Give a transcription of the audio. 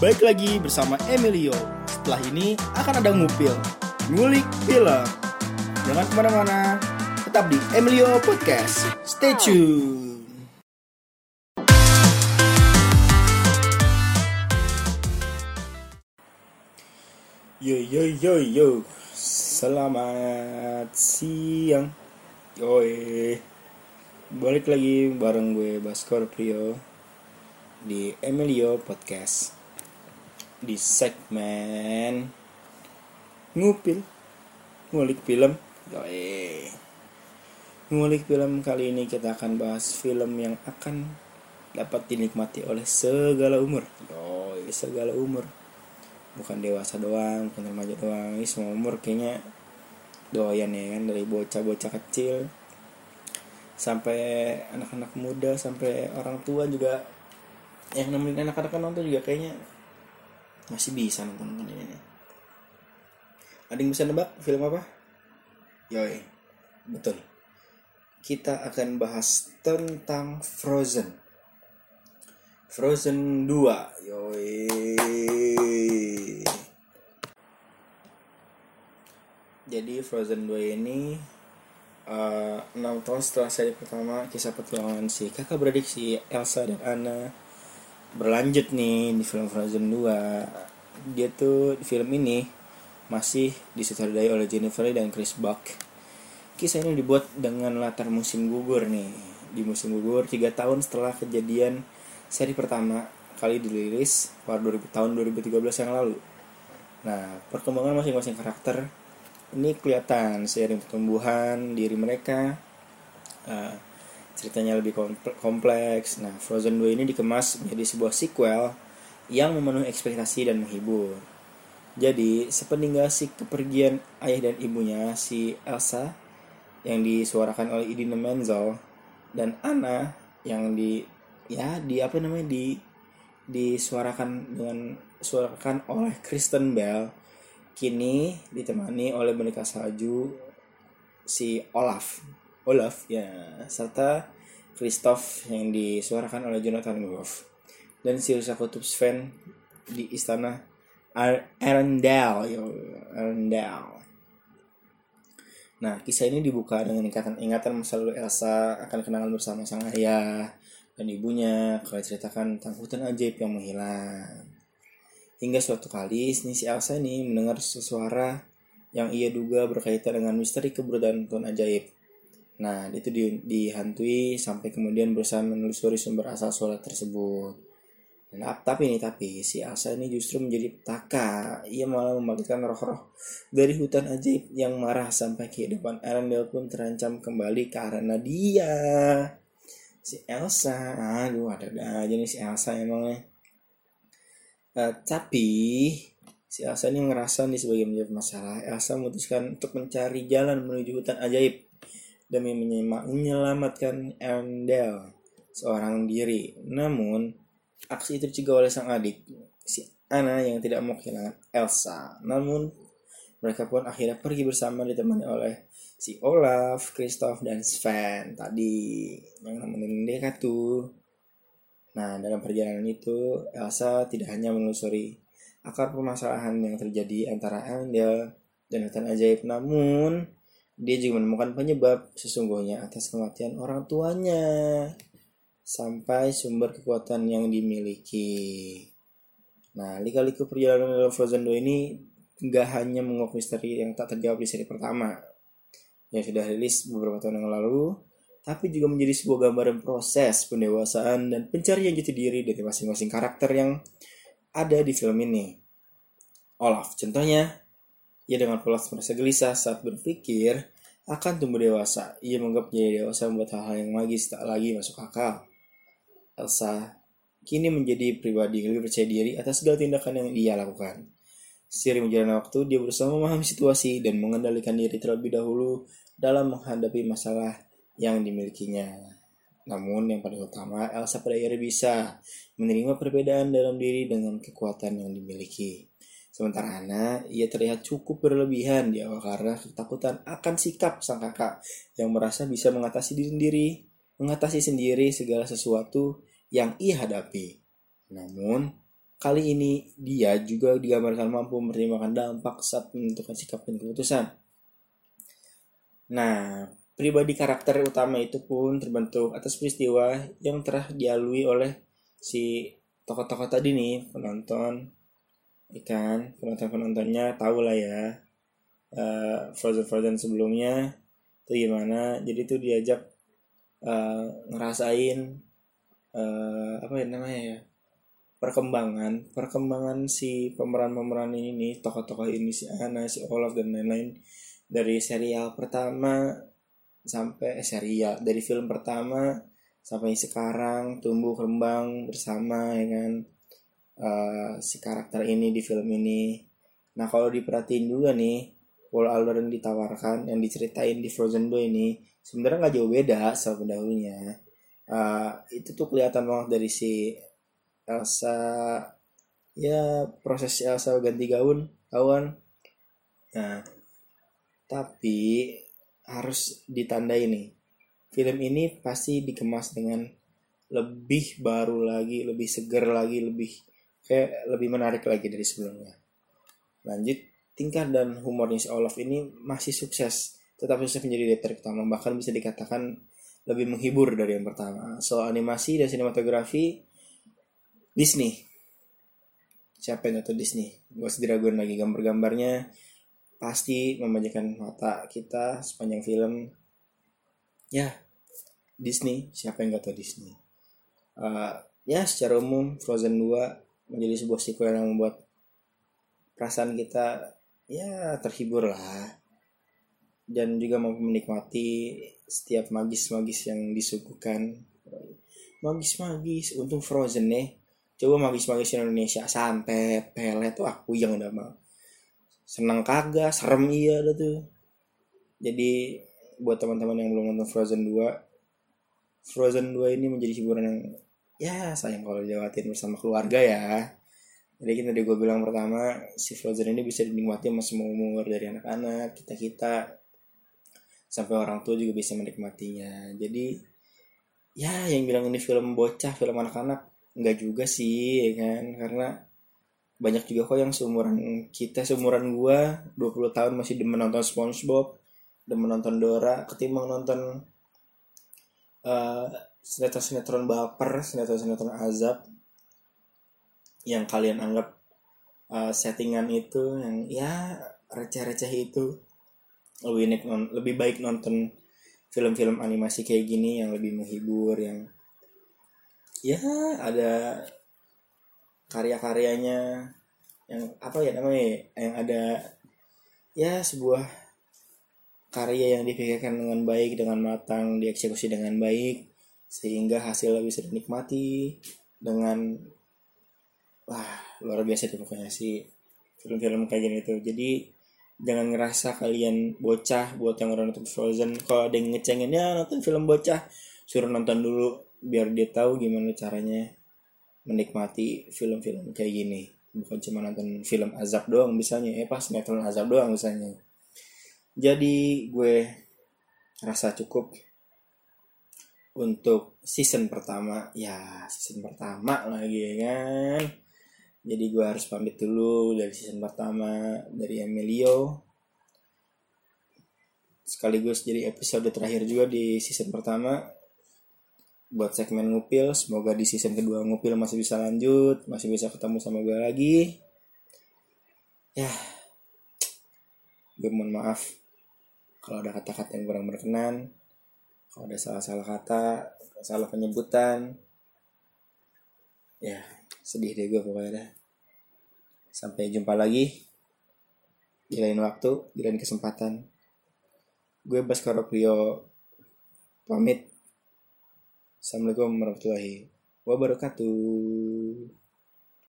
Balik lagi bersama Emilio. Setelah ini akan ada ngupil, ngulik film. Jangan kemana-mana, tetap di Emilio Podcast. Stay tune. Yo. Selamat siang. Yoi. Balik lagi bareng gue Baskor Prio di Emilio Podcast. Di segmen ngupil, ngulik film. Yoi. Ngulik film kali ini kita akan bahas film yang akan dapat dinikmati oleh segala umur. Yoi, segala umur. Bukan dewasa doang, bukan remaja doang. Ini semua umur kayaknya doyan ya kan, dari bocah-bocah kecil sampai anak-anak muda, sampai orang tua juga yang nemenin anak-anak nonton juga kayaknya masih bisa nonton ini. Ada yang bisa nebak film apa? Yoi, betul. Kita akan bahas tentang Frozen 2. Yoi. Jadi Frozen 2 ini 6 tahun setelah seri pertama, kisah petualangan si kakak beradik si Elsa dan Anna berlanjut nih di film Frozen 2. Dia tuh di film ini masih disutradarai oleh Jennifer Lee dan Chris Buck. Kisah ini dibuat dengan latar musim gugur nih. Di musim gugur 3 tahun setelah kejadian seri pertama kali dirilis pada tahun 2013 yang lalu. Nah, perkembangan masing-masing karakter ini kelihatan seiring pertumbuhan diri mereka. Ceritanya lebih kompleks. Nah, Frozen 2 ini dikemas menjadi sebuah sequel yang memenuhi ekspektasi dan menghibur. Jadi, sepeninggal si kepergian ayah dan ibunya si Elsa yang disuarakan oleh Idina Menzel dan Anna yang disuarakan oleh Kristen Bell, kini ditemani oleh boneka salju si Olaf ya, serta Kristoff yang disuarakan oleh Jonathan Groff, dan si Rusa Kutub Sven di istana Arendelle. Nah, kisah ini dibuka dengan ingatan masa lalu Elsa akan kenangan bersama sang ayah dan ibunya kalau diceritakan tentang hutan ajaib yang menghilang. Hingga suatu kali si Elsa ini mendengar suara yang ia duga berkaitan dengan misteri keberadaan hutan ajaib. Nah, itu dihantui sampai kemudian berusaha menelusuri sumber asal suara tersebut. Tapi si Elsa ini justru menjadi petaka. Ia malah membangkitkan roh-roh dari hutan ajaib yang marah sampai kehidupan Arendelle pun terancam kembali karena dia. Si Elsa, ada aja nih si Elsa emangnya. Tapi si Elsa ini ngerasa nih sebagai menjadi masalah. Elsa memutuskan untuk mencari jalan menuju hutan ajaib demi menyelamatkan Arendelle seorang diri. Namun aksi itu dicegah oleh sang adik si Anna yang tidak mau kehilangan Elsa. Namun mereka pun akhirnya pergi bersama ditemani oleh si Olaf, Kristoff, dan Sven tadi yang nemenin dia tuh. Nah, dalam perjalanan itu Elsa tidak hanya menelusuri akar permasalahan yang terjadi antara Arendelle dan hutan ajaib, namun dia juga menemukan penyebab sesungguhnya atas kematian orang tuanya sampai sumber kekuatan yang dimiliki. Nah, lika-liku perjalanan dalam Frozen 2 ini gak hanya mengungkap misteri yang tak terjawab di seri pertama yang sudah rilis beberapa tahun yang lalu, tapi juga menjadi sebuah gambaran proses pendewasaan dan pencarian jati diri dari masing-masing karakter yang ada di film ini. Olaf, contohnya, ia dengan polos merasa gelisah saat berpikir akan tumbuh dewasa. Ia menganggap menjadi dewasa membuat hal-hal yang magis tak lagi masuk akal. Elsa kini menjadi pribadi yang lebih percaya diri atas segala tindakan yang ia lakukan. Seiring berjalannya waktu, dia berusaha memahami situasi dan mengendalikan diri terlebih dahulu dalam menghadapi masalah yang dimilikinya. Namun yang paling utama, Elsa pada akhirnya bisa menerima perbedaan dalam diri dengan kekuatan yang dimiliki. Sementara Anna, ia terlihat cukup berlebihan di awal karena ketakutan akan sikap sang kakak yang merasa bisa mengatasi sendiri segala sesuatu yang ia hadapi. Namun, kali ini dia juga digambarkan mampu mempertimbangkan dampak saat menentukan sikap dan keputusan. Nah, pribadi karakter utama itu pun terbentuk atas peristiwa yang telah dilalui oleh si tokoh-tokoh tadi nih, penonton. Ikan penontonnya tahu lah ya, Frozen sebelumnya itu gimana. Jadi tuh diajak ngerasain apa ya namanya ya, perkembangan si pemeran ini nih, tokoh-tokoh ini, si Anna, si Olaf dan lain-lain, dari serial pertama sampai serial dari film pertama sampai sekarang tumbuh kembang bersama ya kan, si karakter ini di film ini. Nah kalau diperhatiin juga nih, Paul Alder yang ditawarkan, yang diceritain di Frozen 2 ini sebenarnya nggak jauh beda sama pendahulunya. Itu tuh kelihatan banget dari si Elsa, ya proses Elsa ganti gaun kawan. Nah tapi harus ditandai nih, film ini pasti dikemas dengan lebih baru lagi, lebih segar lagi, lebih menarik lagi dari sebelumnya. Lanjut, tingkah dan humornya si Olaf ini masih sukses, tetap sukses menjadi director utama, bahkan bisa dikatakan lebih menghibur dari yang pertama. Soal animasi dan sinematografi, Disney. Siapa yang tahu Disney? Gak usah diragukan lagi, gambar-gambarnya pasti memanjakan mata kita sepanjang film. Ya, Disney, siapa yang gak tahu Disney? Ya secara umum Frozen 2 menjadi sebuah sequel yang membuat perasaan kita ya terhibur lah, dan juga mampu menikmati setiap magis-magis yang disuguhkan. Magis untung Frozen nih. Coba magis-magis Indonesia sampai pelet tuh aku yang udah mau senang kagak, serem iya dah tuh. Jadi buat teman-teman yang belum nonton Frozen 2 ini menjadi hiburan yang ya sayang kalau dilewatin bersama keluarga ya. Jadi kan tadi gue bilang pertama, si Frozen ini bisa dinikmati sama semua umur, dari anak-anak, kita sampai orang tua juga bisa menikmatinya. Jadi ya yang bilang ini film bocah, film anak-anak, enggak juga sih ya kan, karena banyak juga kok yang seumuran gue 20 tahun masih demen nonton SpongeBob, demen nonton Dora, ketimbang nonton sinetron baper, sinetron azab yang kalian anggap settingan itu, yang ya receh-receh itu. Lebih baik nonton film-film animasi kayak gini yang lebih menghibur, yang ya ada karya-karyanya, yang apa ya namanya, yang ada ya sebuah karya yang dipikirkan dengan baik, dengan matang, dieksekusi dengan baik, sehingga hasilnya bisa dinikmati dengan luar biasa deh pokoknya sih film-film kayak gini tuh. Jadi jangan ngerasa kalian bocah buat yang udah nonton Frozen. Kalau ada yang ngecengin, ya nonton film bocah, suruh nonton dulu biar dia tahu gimana caranya menikmati film-film kayak gini. Bukan cuma nonton film azab doang misalnya, pas sinetron azab doang misalnya. Jadi gue rasa cukup untuk season pertama. Ya season pertama lagi ya kan. Jadi gue harus pamit dulu dari season pertama dari Emilio, sekaligus jadi episode terakhir juga di season pertama buat segmen ngupil. Semoga di season kedua ngupil masih bisa lanjut, masih bisa ketemu sama gue lagi. Ya, gue mohon maaf kalau ada kata-kata yang kurang berkenan, kalau ada salah-salah kata, salah penyebutan. Ya, sedih deh gue pokoknya. Sampai jumpa lagi di lain waktu, di lain kesempatan. Gue Baskoro Priyo pamit. Assalamualaikum warahmatullahi wabarakatuh.